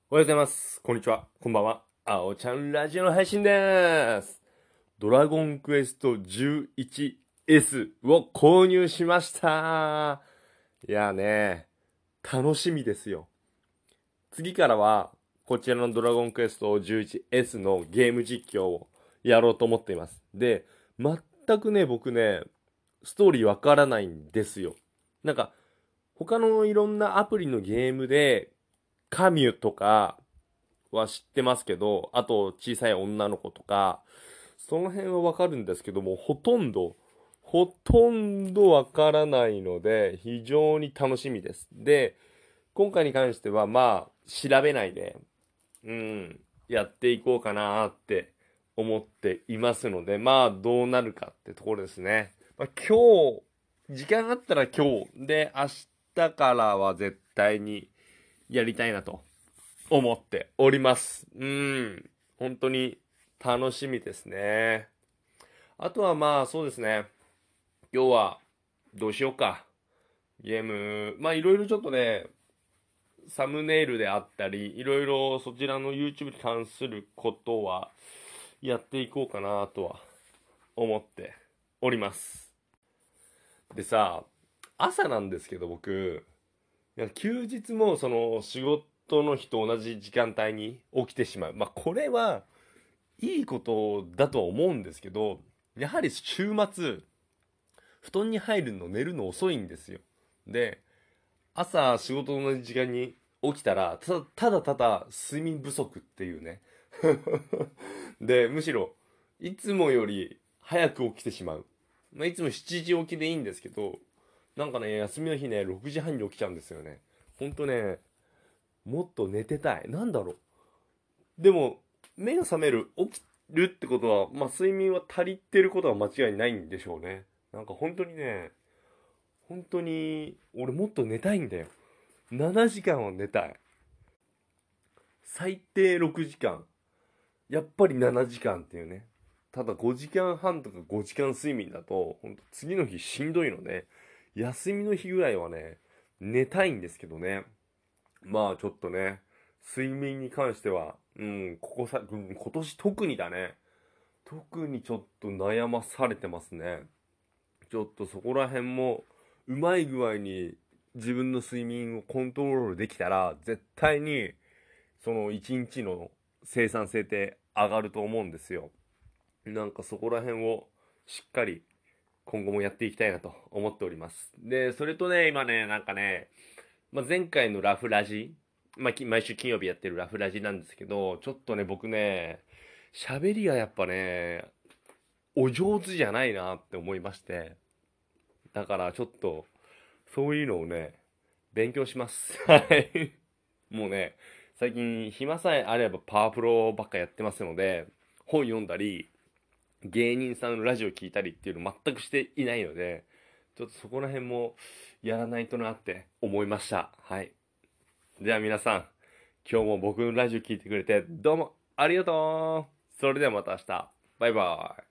おはようございます。こんにちは。こんばんは。あおちゃんラジオの配信です。ドラゴンクエスト 11S を購入しました。いやね、楽しみですよ。次からは、こちらのドラゴンクエスト 11S のゲーム実況をやろうと思っています。で、全くね、僕ね、ストーリーわからないんですよ。なんか、他のいろんなアプリのゲームで、カミュとか、は知ってますけど、あと小さい女の子とか、その辺はわかるんですけども、ほとんどわからないので、非常に楽しみです。で、今回に関しては、まあ、調べないで、やっていこうかなって思っていますので、まあ、どうなるかってところですね。まあ、今日、時間あったら今日で、明日からは絶対にやりたいなと思っております。本当に楽しみですね。あとはまあそうですね。今日はどうしようか。ゲーム、まあいろいろちょっとね、サムネイルであったり、いろいろそちらの YouTube に関することはやっていこうかなとは思っております。でさ、朝なんですけど僕、いや休日もその仕事の日と同じ時間帯に起きてしまう。まあこれはいいことだとは思うんですけど、やはり週末、布団に入るの寝るの遅いんですよ。で、朝仕事の時間に起きたら、ただ睡眠不足っていうね。で、むしろ、いつもより早く起きてしまう。まあ、いつも7時起きでいいんですけど、なんかね、休みの日ね、6時半に起きちゃうんですよね。ほんとね、もっと寝てたい。なんだろう。でも、目が覚める、起きるってことは、まあ、睡眠は足りてることは間違いないんでしょうね。なんか本当にね、本当に、俺もっと寝たいんだよ。7時間は寝たい。最低6時間。やっぱり7時間っていうね。ただ5時間半とか5時間睡眠だと、本当次の日しんどいので、休みの日ぐらいはね、寝たいんですけどね。まあちょっとね、睡眠に関しては、今年特にだね。特にちょっと悩まされてますね。ちょっとそこら辺もうまい具合に自分の睡眠をコントロールできたら絶対にその一日の生産性って上がると思うんですよ。なんかそこら辺をしっかり今後もやっていきたいなと思っております。で、それとね、今ね、なんかね、前回のラフラジ、毎週金曜日やってるラフラジなんですけど、ちょっとね、僕ね、喋りがやっぱね、お上手じゃないなって思いまして、だからちょっと、そういうのをね、勉強します。はい。もうね、最近暇さえあればパワープロばっかやってますので、本読んだり、芸人さんのラジオ聞いたりっていうの全くしていないので、ちょっとそこら辺もやらないとなって思いました。はい。では皆さん、今日も僕のラジオ聞いてくれてどうもありがとう。それではまた明日。バイバイ。